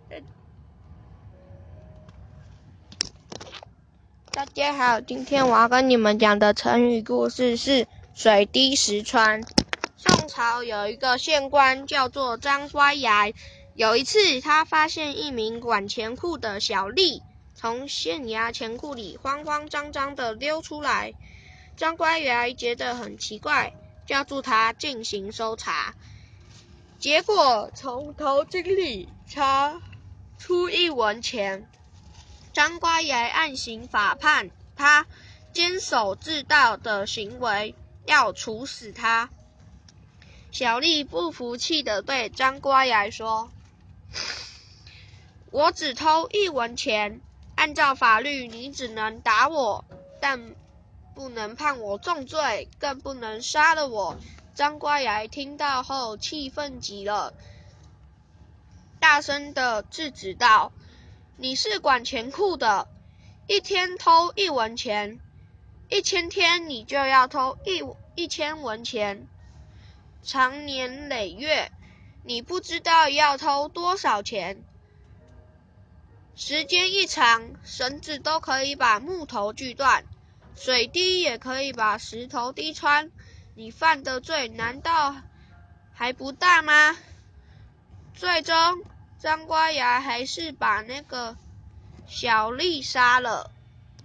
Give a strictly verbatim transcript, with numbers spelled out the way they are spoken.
大家好，今天我要跟你们讲的成语故事是水滴石穿。宋朝有一个县官叫做张乖崖，有一次他发现一名管钱库的小吏从县衙钱库里慌慌张张地溜出来，张乖崖觉得很奇怪，叫住他进行搜查，结果从头巾里查出一文钱。张乖崖按刑法判他监守自盗的行为，要处死他。小吏不服气地对张乖崖说：“我只偷一文钱，按照法律你只能打我，但不能判我重罪，更不能杀了我。”张乖崖听到后气愤极了，大声地制止道：“你是管钱库的，一天偷一文钱，一千天你就要偷一一千文钱，长年累月，你不知道要偷多少钱。时间一长，绳子都可以把木头锯断，水滴也可以把石头滴穿，你犯的罪难道还不大吗？”最终张乖崖还是把那个小吏杀了。